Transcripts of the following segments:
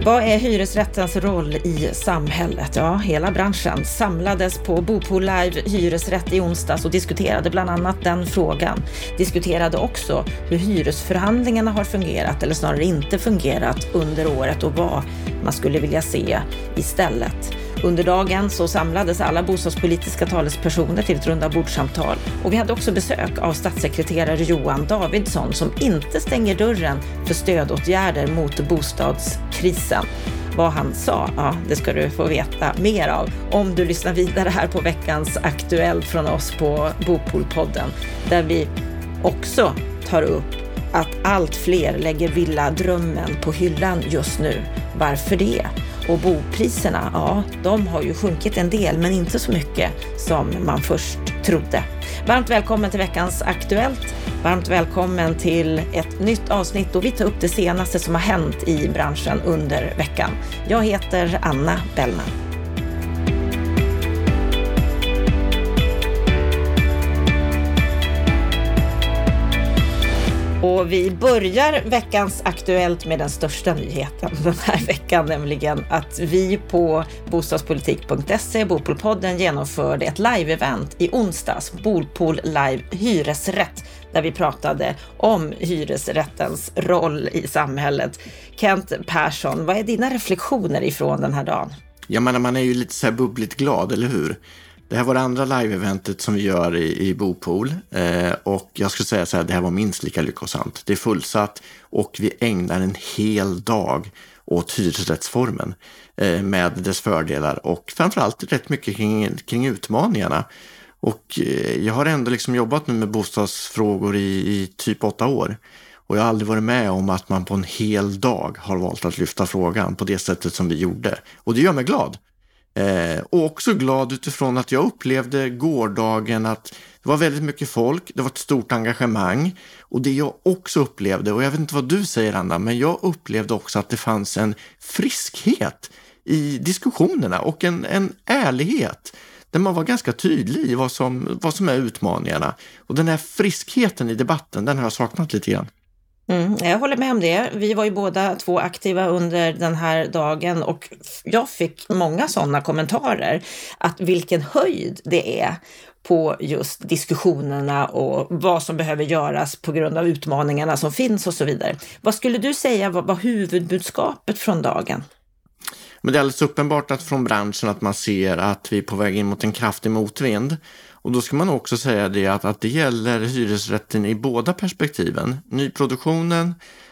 Vad är hyresrättens roll i samhället? Ja, hela branschen samlades på Bopool Live Hyresrätt i onsdags och diskuterade bland annat den frågan. Diskuterade också hur hyresförhandlingarna har fungerat eller snarare inte fungerat under året och vad man skulle vilja se istället. Under dagen så samlades alla bostadspolitiska talespersoner till ett rundabordssamtal och vi hade också besök av statssekreterare Johan Davidsson som inte stänger dörren för stödåtgärder mot bostadskrisen. Vad han sa, ja, det ska du få veta mer av om du lyssnar vidare här på veckans Aktuellt från oss på Bopool-podden, där vi också tar upp att allt fler lägger villadrömmen på hyllan just nu. Varför det? Och bopriserna, ja, de har ju sjunkit en del men inte så mycket som man först trodde. Varmt välkommen till veckans Aktuellt. Varmt välkommen till ett nytt avsnitt då vi tar upp det senaste som har hänt i branschen under veckan. Jag heter Anna Bellman. Och vi börjar veckans Aktuellt med den största nyheten den här veckan, nämligen att vi på bostadspolitik.se, Bopoolpodden, genomförde ett live-event i onsdags, Bopool Live Hyresrätt, där vi pratade om hyresrättens roll i samhället. Kent Persson, vad är dina reflektioner ifrån den här dagen? Ja, men man är ju lite så här bubbligt glad, eller hur? Det här var det andra live-eventet som vi gör i Bopool och jag skulle säga så här, det här var minst lika lyckosamt. Det är fullsatt och vi ägnar en hel dag åt hyresrättsformen med dess fördelar och framförallt rätt mycket kring utmaningarna. Och jag har ändå liksom jobbat nu med bostadsfrågor i typ 8 år och jag har aldrig varit med om att man på en hel dag har valt att lyfta frågan på det sättet som vi gjorde. Och det gör mig glad. Och också glad utifrån att jag upplevde gårdagen att det var väldigt mycket folk, det var ett stort engagemang och det jag också upplevde, och jag vet inte vad du säger Anna, men jag upplevde också att det fanns en friskhet i diskussionerna och en ärlighet där man var ganska tydlig i vad som är utmaningarna, och den här friskheten i debatten, den har jag saknat lite grann. Jag håller med om det. Vi var ju båda två aktiva under den här dagen och jag fick många sådana kommentarer att vilken höjd det är på just diskussionerna och vad som behöver göras på grund av utmaningarna som finns och så vidare. Vad skulle du säga var huvudbudskapet från dagen? Men det är alldeles uppenbart att från branschen att man ser att vi är på väg in mot en kraftig motvind. Och då ska man också säga det att det gäller hyresrätten i båda perspektiven. Nyproduktionen,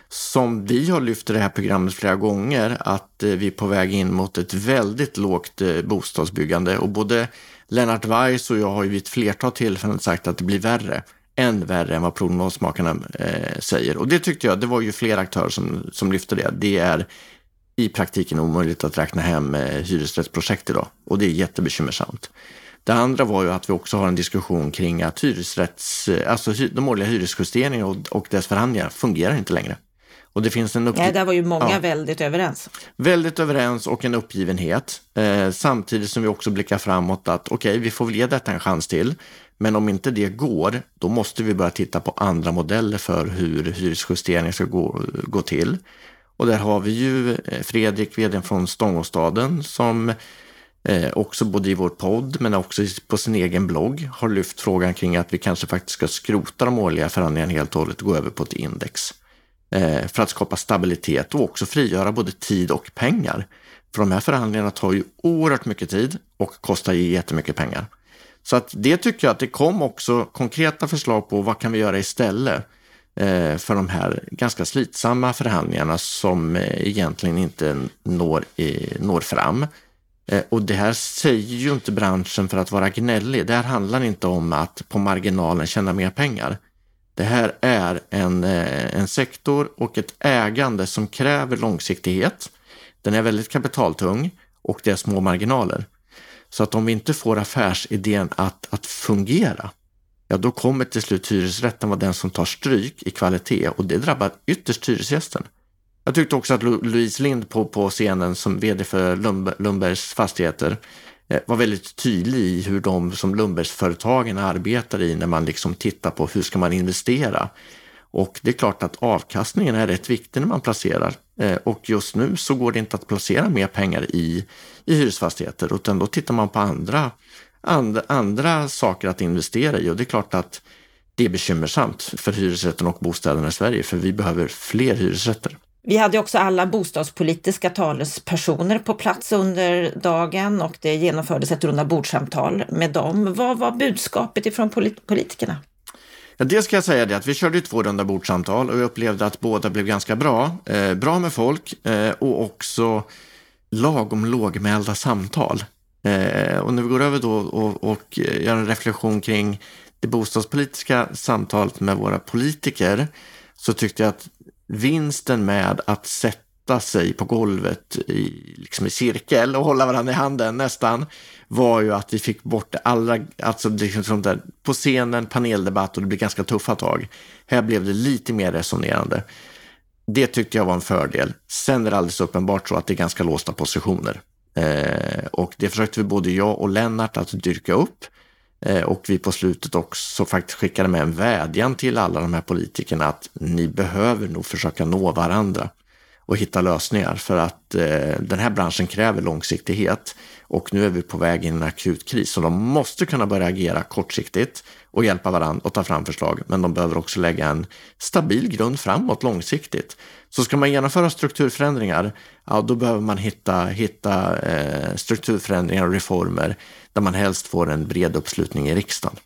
som vi har lyft i det här programmet flera gånger, att vi är på väg in mot ett väldigt lågt bostadsbyggande. Och både Lennart Weiss och jag har ju vid ett flertal tillfällen sagt att det blir värre. Än värre än vad prognosmakarna säger. Och det tyckte jag, det var ju flera aktörer som lyfte det. Det är i praktiken omöjligt att räkna hem hyresrättsprojekt idag. Och det är jättebekymmersamt. Det andra var ju att vi också har en diskussion kring att de årliga hyresjusteringarna och dess förhandlingar fungerar inte längre. Och det finns en där var ju många väldigt överens. Väldigt överens och en uppgivenhet. Samtidigt som vi också blickar framåt att okej, vi får väl ge detta en chans till. Men om inte det går, då måste vi börja titta på andra modeller för hur hyresjusteringar ska gå till. Och där har vi ju Fredrik, vd från Stångåstaden, som också både i vår podd men också på sin egen blogg har lyft frågan kring att vi kanske faktiskt ska skrota de årliga förhandlingarna helt och hållet och gå över på ett index. För att skapa stabilitet och också frigöra både tid och pengar. För de här förhandlingarna tar ju oerhört mycket tid och kostar ju jättemycket pengar. Så att det tycker jag att det kom också konkreta förslag på vad kan vi göra istället för de här ganska slitsamma förhandlingarna som egentligen inte når fram. Och det här säger ju inte branschen för att vara gnällig. Det här handlar inte om att på marginalen tjäna mer pengar. Det här är en sektor och ett ägande som kräver långsiktighet. Den är väldigt kapitaltung och det är små marginaler. Så att om vi inte får affärsidén att fungera, ja då kommer till slut hyresrätten vara den som tar stryk i kvalitet och det drabbar ytterst hyresgästen. Jag tyckte också att Louise Lind på scenen som vd för Lundbergs fastigheter var väldigt tydlig i hur de som Lundbergsföretagen arbetar i när man liksom tittar på hur ska man investera. Och det är klart att avkastningen är rätt viktig när man placerar. Och just nu så går det inte att placera mer pengar i hyresfastigheter, utan då tittar man på andra saker att investera i. Och det är klart att det är bekymmersamt för hyresrätten och bostäderna i Sverige, för vi behöver fler hyresrätter. Vi hade också alla bostadspolitiska talespersoner på plats under dagen och det genomfördes ett rundabordssamtal med dem. Vad var budskapet ifrån politikerna? Ja, det ska jag säga det att vi körde 2 rundabordssamtal och jag upplevde att båda blev ganska bra. Bra med folk och också lagom lågmälda samtal. Och när vi går över då och gör en reflektion kring det bostadspolitiska samtalet med våra politiker, så tyckte jag att vinsten med att sätta sig på golvet i cirkel och hålla varandra i handen nästan, var ju att vi fick bort det allra, alltså liksom där, på scenen, paneldebatt, och det blev ganska tuffa tag. Här blev det lite mer resonerande. Det tyckte jag var en fördel. Sen är det alldeles uppenbart så att det är ganska låsta positioner. Och det försökte vi både jag och Lennart att dyrka upp. Och vi på slutet också faktiskt skickade med en vädjan till alla de här politikerna att ni behöver nog försöka nå varandra och hitta lösningar, för att den här branschen kräver långsiktighet och nu är vi på väg in i en akut kris, så de måste kunna börja agera kortsiktigt och hjälpa varandra och ta fram förslag, men de behöver också lägga en stabil grund framåt långsiktigt. Så ska man genomföra strukturförändringar, ja, då behöver man hitta strukturförändringar och reformer där man helst får en bred uppslutning i riksdagen.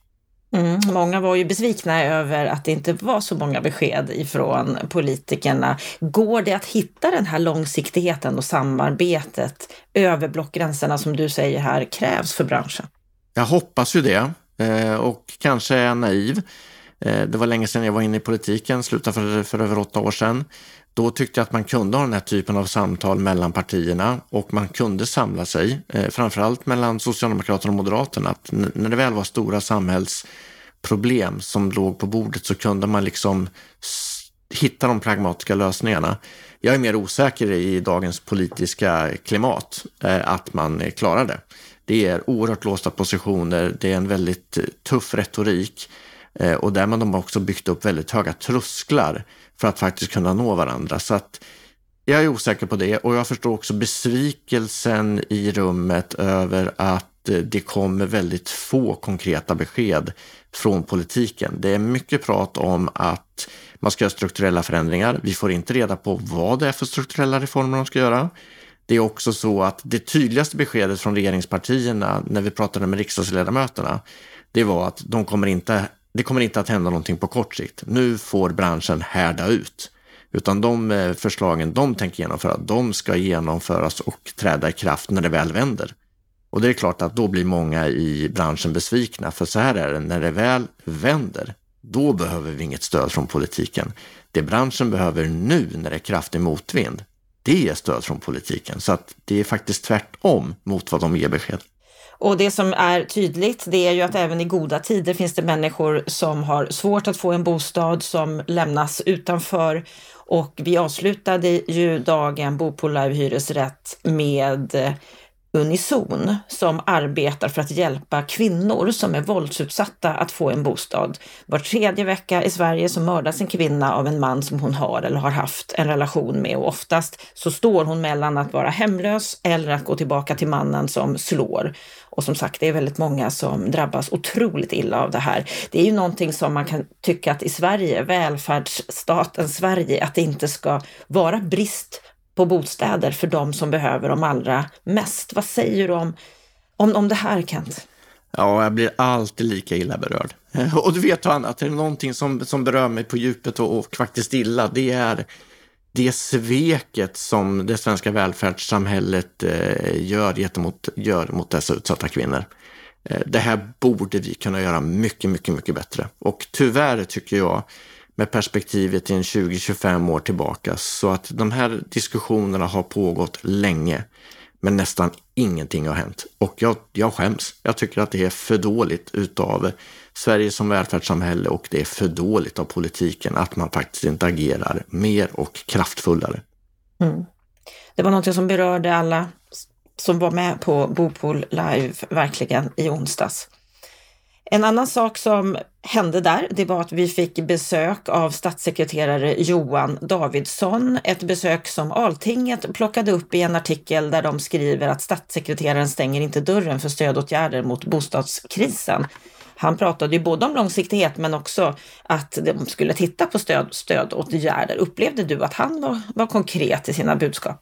Många var ju besvikna över att det inte var så många besked ifrån politikerna. Går det att hitta den här långsiktigheten och samarbetet över blockgränserna som du säger här krävs för branschen? Jag hoppas ju det, och kanske är jag naiv. Det var länge sedan jag var inne i politiken, slutade för över 8 år sedan. Då tyckte jag att man kunde ha den här typen av samtal mellan partierna och man kunde samla sig, framförallt mellan Socialdemokraterna och Moderaterna. Att när det väl var stora samhällsproblem som låg på bordet så kunde man liksom hitta de pragmatiska lösningarna. Jag är mer osäker i dagens politiska klimat att man klarar det. Det är oerhört låsta positioner, det är en väldigt tuff retorik. Och där man har också byggt upp väldigt höga trösklar för att faktiskt kunna nå varandra. Så att jag är osäker på det, och jag förstår också besvikelsen i rummet över att det kommer väldigt få konkreta besked från politiken. Det är mycket prat om att man ska göra strukturella förändringar. Vi får inte reda på vad det är för strukturella reformer de ska göra. Det är också så att det tydligaste beskedet från regeringspartierna när vi pratade med riksdagsledamöterna, det var att det kommer inte att hända någonting på kort sikt. Nu får branschen härda ut. Utan de förslagen de tänker genomföra, de ska genomföras och träda i kraft när det väl vänder. Och det är klart att då blir många i branschen besvikna. För så här är det, när det väl vänder, då behöver vi inget stöd från politiken. Det branschen behöver nu när det är kraftig motvind, det är stöd från politiken. Så att det är faktiskt tvärtom mot vad de ger besked. Och det som är tydligt, det är ju att även i goda tider finns det människor som har svårt att få en bostad, som lämnas utanför. Och vi avslutade ju dagen Bopol Live Hyresrätt med Unison som arbetar för att hjälpa kvinnor som är våldsutsatta att få en bostad. Var 3:e vecka i Sverige så mördas en kvinna av en man som hon har eller har haft en relation med, och oftast så står hon mellan att vara hemlös eller att gå tillbaka till mannen som slår. Och som sagt, det är väldigt många som drabbas otroligt illa av det här. Det är ju någonting som man kan tycka att i Sverige, välfärdsstaten Sverige, att det inte ska vara brist på bostäder för de som behöver dem allra mest. Vad säger du om det här, Kent? Ja, jag blir alltid lika illa berörd. Och du vet att det är någonting som berör mig på djupet och faktiskt illa. Det är det sveket som det svenska välfärdssamhället gör mot dessa utsatta kvinnor. Det här borde vi kunna göra mycket, mycket, mycket bättre. Och tyvärr tycker jag, med perspektivet i en 20-25 år tillbaka, så att de här diskussionerna har pågått länge, men nästan ingenting har hänt. Och jag skäms. Jag tycker att det är för dåligt utav Sverige som välfärdssamhälle, och det är för dåligt av politiken att man faktiskt inte agerar mer och kraftfullare. Det var något som berörde alla som var med på Bopol Live verkligen i onsdags. En annan sak som hände där, det var att vi fick besök av statssekreterare Johan Davidsson. Ett besök som Altinget plockade upp i en artikel där de skriver att statssekreteraren stänger inte dörren för stödåtgärder mot bostadskrisen. Han pratade ju både om långsiktighet men också att de skulle titta på stödåtgärder. Upplevde du att han var konkret i sina budskap?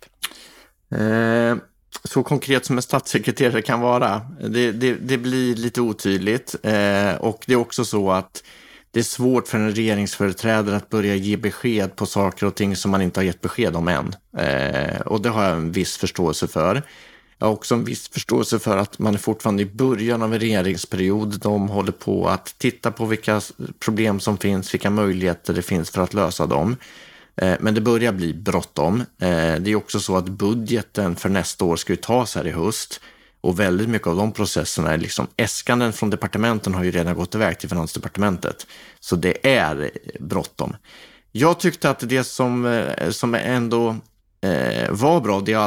Så konkret som en statssekreterare kan vara. Det blir lite otydligt. Och det är också så att det är svårt för en regeringsföreträdare att börja ge besked på saker och ting som man inte har gett besked om än. Och det har jag en viss förståelse för. Jag har också en viss förståelse för att man är fortfarande i början av en regeringsperiod. De håller på att titta på vilka problem som finns, vilka möjligheter det finns för att lösa dem. Men det börjar bli bråttom. Det är också så att budgeten för nästa år ska ju tas här i höst. Och väldigt mycket av de processerna är liksom äskanden från departementen har ju redan gått iväg till Finansdepartementet. Så det är bråttom. Jag tyckte att det som ändå var bra, det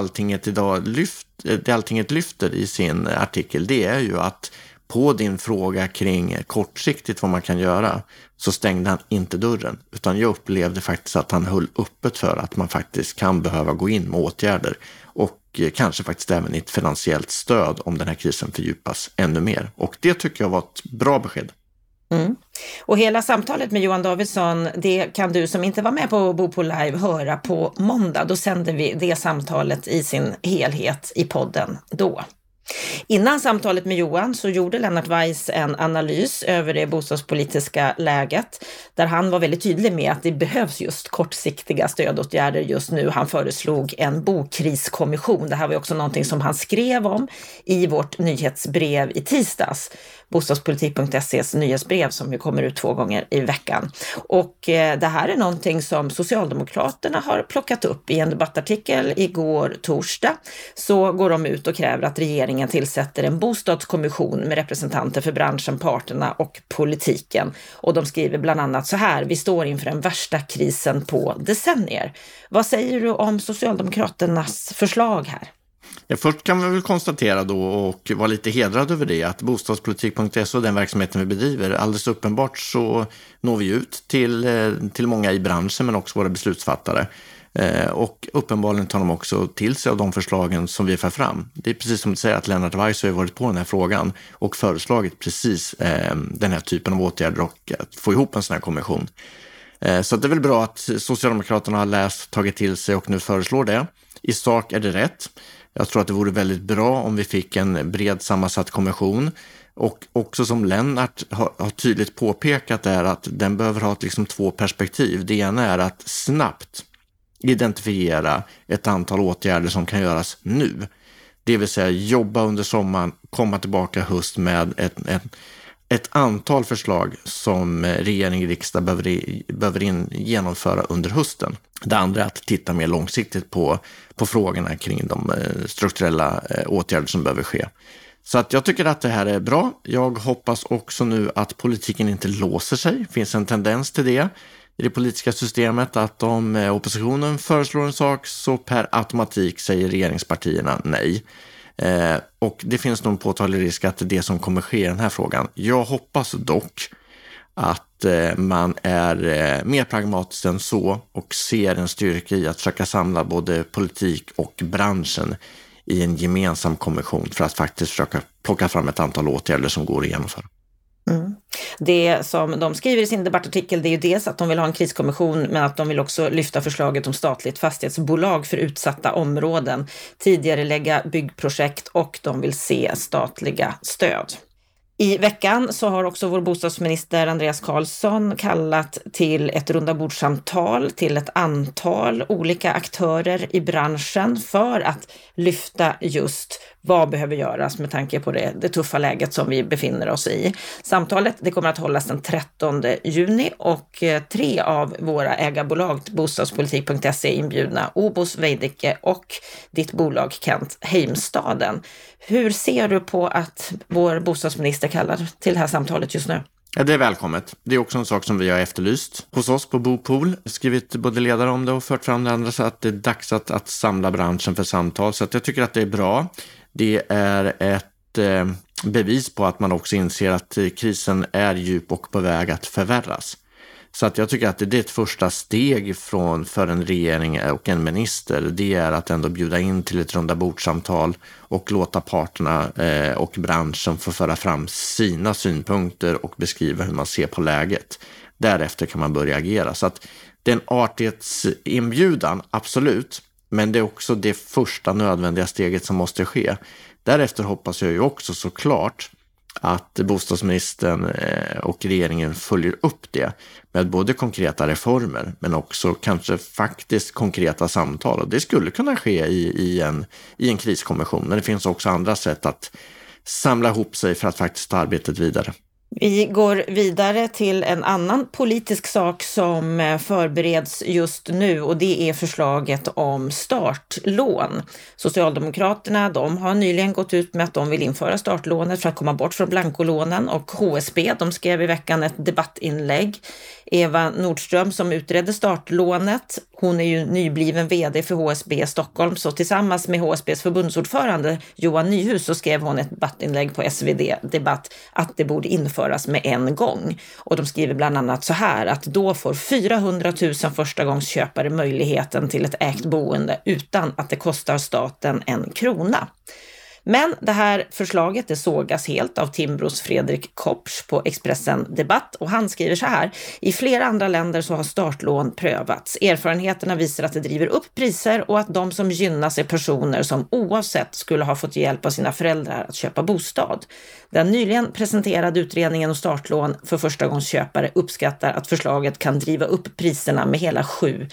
Altinget lyfter i sin artikel, det är ju att på din fråga kring kortsiktigt vad man kan göra så stängde han inte dörren, utan jag upplevde faktiskt att han höll öppet för att man faktiskt kan behöva gå in med åtgärder och kanske faktiskt även ett finansiellt stöd om den här krisen fördjupas ännu mer. Och det tycker jag var ett bra besked. Mm. Och hela samtalet med Johan Davidsson, det kan du som inte var med på Bopol Live höra på måndag. Då sänder vi det samtalet i sin helhet i podden då. Innan samtalet med Johan så gjorde Lennart Weiss en analys över det bostadspolitiska läget där han var väldigt tydlig med att det behövs just kortsiktiga stödåtgärder just nu. Han föreslog en bokriskommission. Det här var också någonting som han skrev om i vårt nyhetsbrev i tisdags. Bostadspolitik.se's nyhetsbrev som ju kommer ut 2 gånger i veckan. Och det här är någonting som Socialdemokraterna har plockat upp i en debattartikel igår torsdag. Så går de ut och kräver att regeringen tillsätter en bostadskommission med representanter för branschen, parterna och politiken. Och de skriver bland annat så här: vi står inför den värsta krisen på decennier. Vad säger du om Socialdemokraternas förslag här? Ja, först kan vi väl konstatera då och vara lite hedrad över det att bostadspolitik.se och den verksamheten vi bedriver, alldeles uppenbart så når vi ut till många i branschen men också våra beslutsfattare. Och uppenbarligen tar de också till sig av de förslagen som vi för fram. Det är precis som du säger att Lennart Weiss har varit på den här frågan och föreslagit precis den här typen av åtgärder och att få ihop en sån här kommission. Så det är väl bra att Socialdemokraterna har läst, tagit till sig och nu föreslår det. I sak är det rätt. Jag tror att det vore väldigt bra om vi fick en bred sammansatt kommission. Och också som Lennart har tydligt påpekat är att den behöver ha liksom 2 perspektiv. Det ena är att snabbt identifiera ett antal åtgärder som kan göras nu. Det vill säga jobba under sommaren, komma tillbaka höst med ett antal förslag som regering och riksdag behöver genomföra under hösten. Det andra är att titta mer långsiktigt på frågorna kring de strukturella åtgärder som behöver ske. Så att jag tycker att det här är bra. Jag hoppas också nu att politiken inte låser sig. Det finns en tendens till det i det politiska systemet att om oppositionen föreslår en sak så per automatik säger regeringspartierna nej. Och det finns nog en påtaglig risk att det som kommer ske i den här frågan. Jag hoppas dock att man är mer pragmatisk än så och ser en styrka i att försöka samla både politik och branschen i en gemensam kommission för att faktiskt försöka plocka fram ett antal åtgärder som går att genomföra. Mm. Det som de skriver i sin debattartikel, det är ju dels att de vill ha en kriskommission men att de vill också lyfta förslaget om statligt fastighetsbolag för utsatta områden, tidigare lägga byggprojekt och de vill se statliga stöd. I veckan så har också vår bostadsminister Andreas Carlson kallat till ett rundabordssamtal till ett antal olika aktörer i branschen för att lyfta just vad behöver göras med tanke på det tuffa läget som vi befinner oss i. Samtalet det kommer att hållas den 13 juni och 3 av våra ägarbolag bostadspolitik.se är inbjudna, Obos, Veidekke och ditt bolag Kent Heimstaden. Hur ser du på att vår bostadsminister kallar till det här samtalet just nu? Ja, det är välkommet. Det är också en sak som vi har efterlyst hos oss på Bopol. Skrivit både ledare om det och fört fram det andra så att det är dags att samla branschen för samtal. Så att jag tycker att det är bra. Det är bevis på att man också inser att krisen är djup och på väg att förvärras. Så att jag tycker att det är ett första steg för en regering och en minister. Det är att ändå bjuda in till ett rundabordssamtal och låta parterna och branschen få föra fram sina synpunkter och beskriva hur man ser på läget. Därefter kan man börja agera. Så att det är en artighetsinbjudan, absolut. Men det är också det första nödvändiga steget som måste ske. Därefter hoppas jag ju också såklart att bostadsministern och regeringen följer upp det med både konkreta reformer men också kanske faktiskt konkreta samtal. Och det skulle kunna ske i en kriskommission, men det finns också andra sätt att samla ihop sig för att faktiskt ta arbetet vidare. Vi går vidare till en annan politisk sak som förbereds just nu, och det är förslaget om startlån. Socialdemokraterna, de har nyligen gått ut med att de vill införa startlånet för att komma bort från blankolånen, och HSB, de skrev i veckan ett debattinlägg. Eva Nordström som utredde startlånet, hon är ju nybliven vd för HSB Stockholm, så tillsammans med HSBs förbundsordförande Johan Nyhus så skrev hon ett debattinlägg på SvD Debatt att det borde införas med en gång. Och de skriver bland annat så här, att då får 400 000 förstagångsköpare möjligheten till ett ägt boende utan att det kostar staten en krona. Men det här förslaget det sågas helt av Timbros Fredrik Kopsch på Expressen Debatt, och han skriver så här: i flera andra länder så har startlån prövats. Erfarenheterna visar att det driver upp priser och att de som gynnas är personer som oavsett skulle ha fått hjälp av sina föräldrar att köpa bostad. Den nyligen presenterade utredningen om startlån för förstagångsköpare uppskattar att förslaget kan driva upp priserna med hela 7%.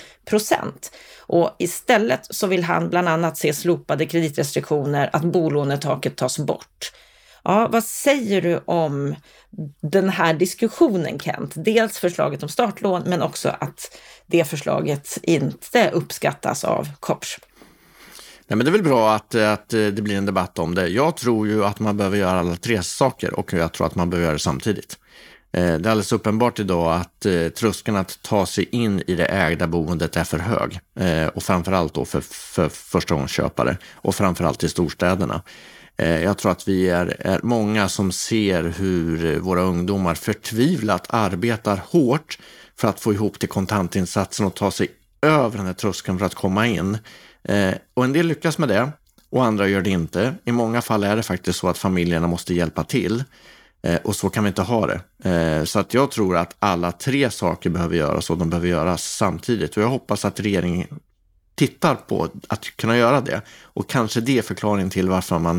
Och istället så vill han bland annat se slopade kreditrestriktioner, att bolånetaket tas bort. Ja, vad säger du om den här diskussionen, Kent? Dels förslaget om startlån men också att det förslaget inte uppskattas av Kopsch. Nej, men det är väl bra att det blir en debatt om det. Jag tror ju att man behöver göra alla tre saker och jag tror att man behöver göra det samtidigt. Det är alldeles uppenbart idag att tröskeln att ta sig in i det ägda boendet är för hög. Och framförallt då för förstagångsköpare och framförallt i storstäderna. Jag tror att vi är många som ser hur våra ungdomar förtvivlat arbetar hårt för att få ihop till kontantinsatsen och ta sig över den här tröskeln för att komma in. Och en del lyckas med det och andra gör det inte. I många fall är det faktiskt så att familjerna måste hjälpa till. Och så kan vi inte ha det. Så att jag tror att alla tre saker behöver göras och de behöver göras samtidigt. Och jag hoppas att regeringen tittar på att kunna göra det. Och kanske det är förklaringen till varför man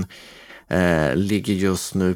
ligger just nu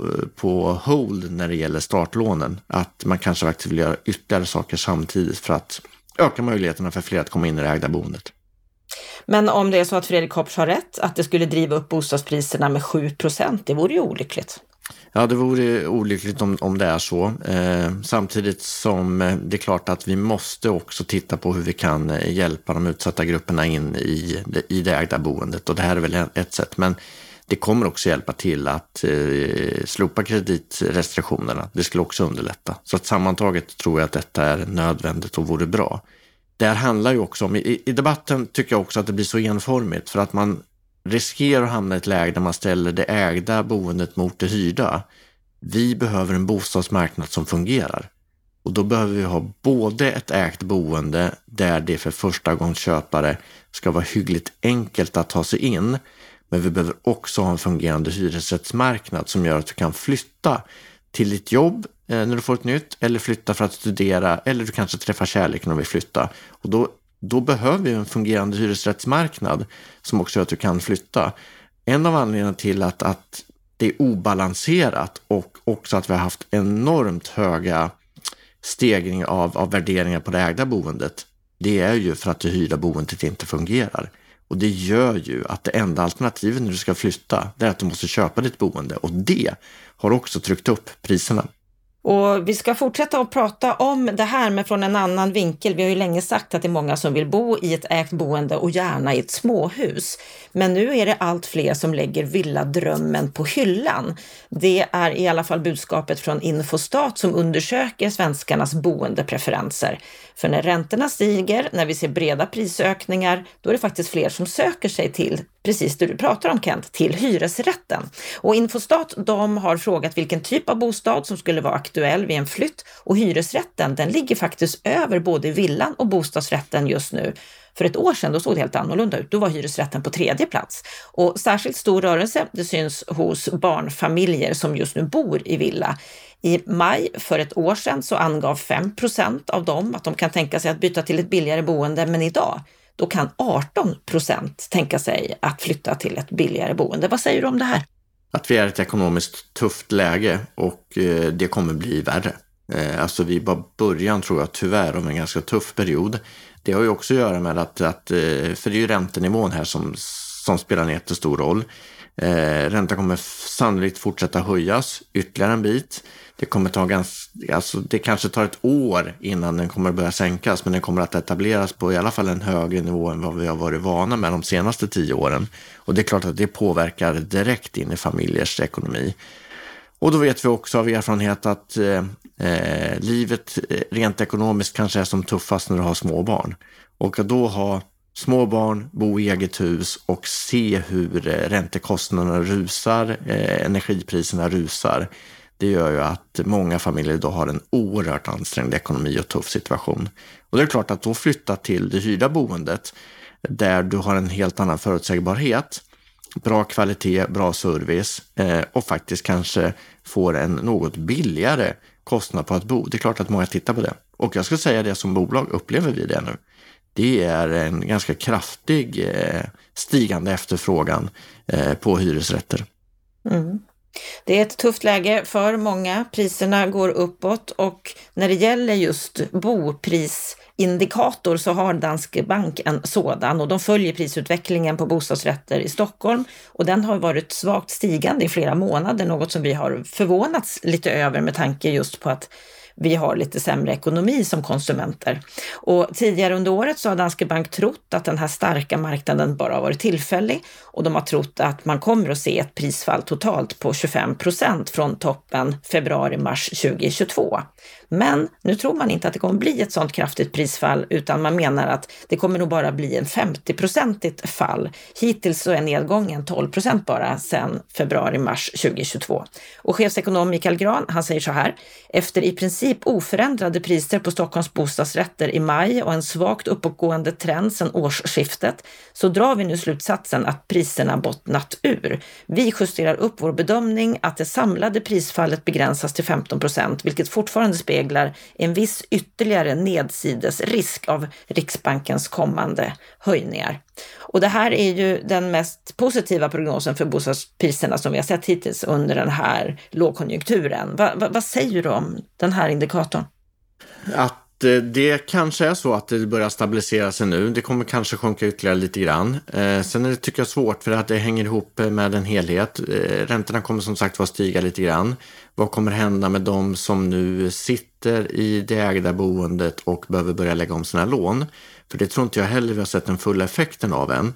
på hold när det gäller startlånen. Att man kanske faktiskt vill göra ytterligare saker samtidigt för att öka möjligheterna för fler att komma in i det ägda boendet. Men om det är så att Fredrik Kopsch har rätt, att det skulle driva upp bostadspriserna med 7%, det vore ju olyckligt. Ja, det vore olyckligt om det är så. Samtidigt som det är klart att vi måste också titta på hur vi kan hjälpa de utsatta grupperna in i det ägda boendet. Och det här är väl ett sätt. Men det kommer också hjälpa till att slopa kreditrestriktionerna. Det skulle också underlätta. Så att sammantaget tror jag att detta är nödvändigt och vore bra. Det här handlar ju också om, i debatten tycker jag också att det blir så enformigt för att man riskerar att hamna i ett läge där man ställer det ägda boendet mot det hyrda. Vi behöver en bostadsmarknad som fungerar. Och då behöver vi ha både ett ägt boende där det för förstagångsköpare ska vara hyggligt enkelt att ta sig in. Men vi behöver också ha en fungerande hyresrättsmarknad som gör att du kan flytta till ditt jobb när du får ett nytt, eller flytta för att studera, eller du kanske träffar kärleken och vill flytta. Och då behöver vi en fungerande hyresrättsmarknad som också gör att du kan flytta. En av anledningarna till att det är obalanserat och också att vi har haft enormt höga stegringar av värderingar på det ägda boendet, det är ju för att det hyrda boendet inte fungerar. Och det gör ju att det enda alternativet när du ska flytta, det är att du måste köpa ditt boende. Och det har också tryckt upp priserna. Och vi ska fortsätta att prata om det här, men från en annan vinkel. Vi har ju länge sagt att det är många som vill bo i ett ägt boende och gärna i ett småhus. Men nu är det allt fler som lägger villadrömmen på hyllan. Det är i alla fall budskapet från Infostat som undersöker svenskarnas boendepreferenser. För när räntorna stiger, när vi ser breda prisökningar, då är det faktiskt fler som söker sig till precis det du pratar om, Kent, till hyresrätten. Och Infostat, de har frågat vilken typ av bostad som skulle vara aktuell vid en flytt, och hyresrätten, den ligger faktiskt över både villan och bostadsrätten just nu. För ett år sedan då såg det helt annorlunda ut. Då var hyresrätten på 3:e plats. Och särskilt stor rörelse det syns hos barnfamiljer som just nu bor i villa. I maj för ett år sedan så angav 5% av dem att de kan tänka sig att byta till ett billigare boende, men idag då kan 18% tänka sig att flytta till ett billigare boende. Vad säger du om det här? Att vi är i ett ekonomiskt tufft läge och det kommer bli värre. Alltså vi bara början, tror jag, tyvärr, om en ganska tuff period. Det har ju också att göra med att för det är ju räntenivån här som spelar en jättestor roll. Räntan kommer sannolikt fortsätta höjas ytterligare en bit. Det kommer det kanske tar ett år innan den kommer börja sänkas, men den kommer att etableras på i alla fall en högre nivå än vad vi har varit vana med de senaste 10 åren. Och det är klart att det påverkar direkt in i familjers ekonomi. Och då vet vi också av erfarenhet att livet rent ekonomiskt kanske är som tuffast när du har små barn. Och att då ha små barn, bo i eget hus och se hur räntekostnaderna rusar, energipriserna rusar. Det gör ju att många familjer då har en oerhört ansträngd ekonomi och tuff situation. Och det är klart att då flytta till det hyrda boendet där du har en helt annan förutsägbarhet, bra kvalitet, bra service och faktiskt kanske får en något billigare kostnad på att bo. Det är klart att många tittar på det. Och jag ska säga det, som bolag upplever vi det nu. Det är en ganska kraftig stigande efterfrågan på hyresrätter. Mm. Det är ett tufft läge för många. Priserna går uppåt, och när det gäller just boprisindikator så har Danske Bank en sådan, och de följer prisutvecklingen på bostadsrätter i Stockholm, och den har varit svagt stigande i flera månader, något som vi har förvånats lite över med tanke just på att vi har lite sämre ekonomi som konsumenter. Och tidigare under året så har Danske Bank trott att den här starka marknaden bara har varit tillfällig, och de har trott att man kommer att se ett prisfall totalt på 25% från toppen februari-mars 2022. Men nu tror man inte att det kommer bli ett sådant kraftigt prisfall, utan man menar att det kommer nog bara bli en 50% fall. Hittills så är nedgången 12% bara sedan februari-mars 2022. Och chefsekonom Mikael Gran, han säger så här: efter i princip oförändrade priser på Stockholms bostadsrätter i maj och en svagt uppåtgående trend sedan årsskiftet, så drar vi nu slutsatsen att priserna bottnat ur. Vi justerar upp vår bedömning att det samlade prisfallet begränsas till 15%, vilket fortfarande speglar en viss ytterligare nedsidesrisk av Riksbankens kommande höjningar. Och det här är ju den mest positiva prognosen för bostadspriserna som vi har sett hittills under den här lågkonjunkturen. Vad säger du om den här indikatorn? Att det kanske är så att det börjar stabilisera sig nu. Det kommer kanske sjunka ytterligare lite grann. Sen är det, tycker jag, svårt för att det hänger ihop med en helhet. Räntorna kommer som sagt vara stiga lite grann. Vad kommer hända med de som nu sitter i det ägda boendet och behöver börja lägga om sina lån? För det tror inte jag heller vi har sett den fulla effekten av än.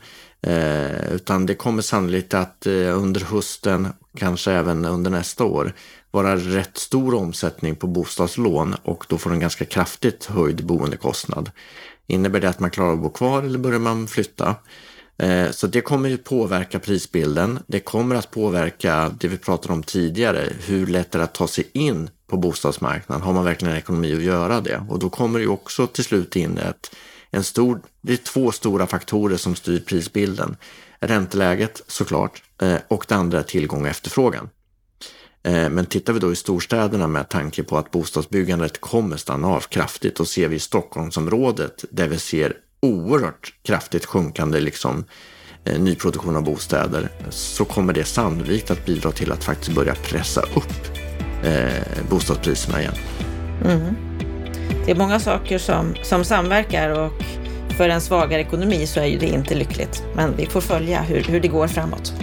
Utan det kommer sannolikt att under hösten, kanske även under nästa år, vara rätt stor omsättning på bostadslån, och då får en ganska kraftigt höjd boendekostnad. Innebär det att man klarar att bo kvar eller börjar man flytta? Så det kommer ju påverka prisbilden. Det kommer att påverka det vi pratade om tidigare. Hur lätt är det att ta sig in på bostadsmarknaden? Har man verkligen ekonomi att göra det? Och då kommer det ju också till slut in det är 2 stora faktorer som styr prisbilden. Ränteläget såklart, och det andra är tillgång och efterfrågan. Men tittar vi då i storstäderna med tanke på att bostadsbyggandet kommer stanna av kraftigt, och ser vi i Stockholmsområdet där vi ser oerhört kraftigt sjunkande nyproduktion av bostäder, så kommer det sannolikt att bidra till att faktiskt börja pressa upp bostadspriserna igen. Mm. Det är många saker som samverkar, och för en svagare ekonomi så är ju det inte lyckligt. Men vi får följa hur det går framåt.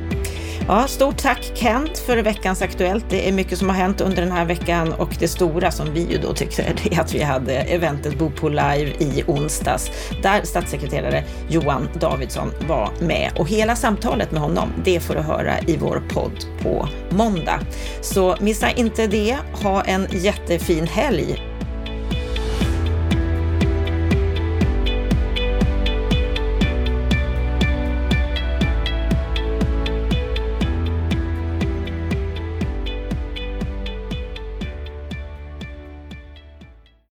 Ja, stort tack Kent för veckans Aktuellt. Det är mycket som har hänt under den här veckan, och det stora som vi ju då tyckte är att vi hade eventet Bopool Live i onsdags där statssekreterare Johan Davidsson var med, och hela samtalet med honom, det får du höra i vår podd på måndag. Så missa inte det. Ha en jättefin helg.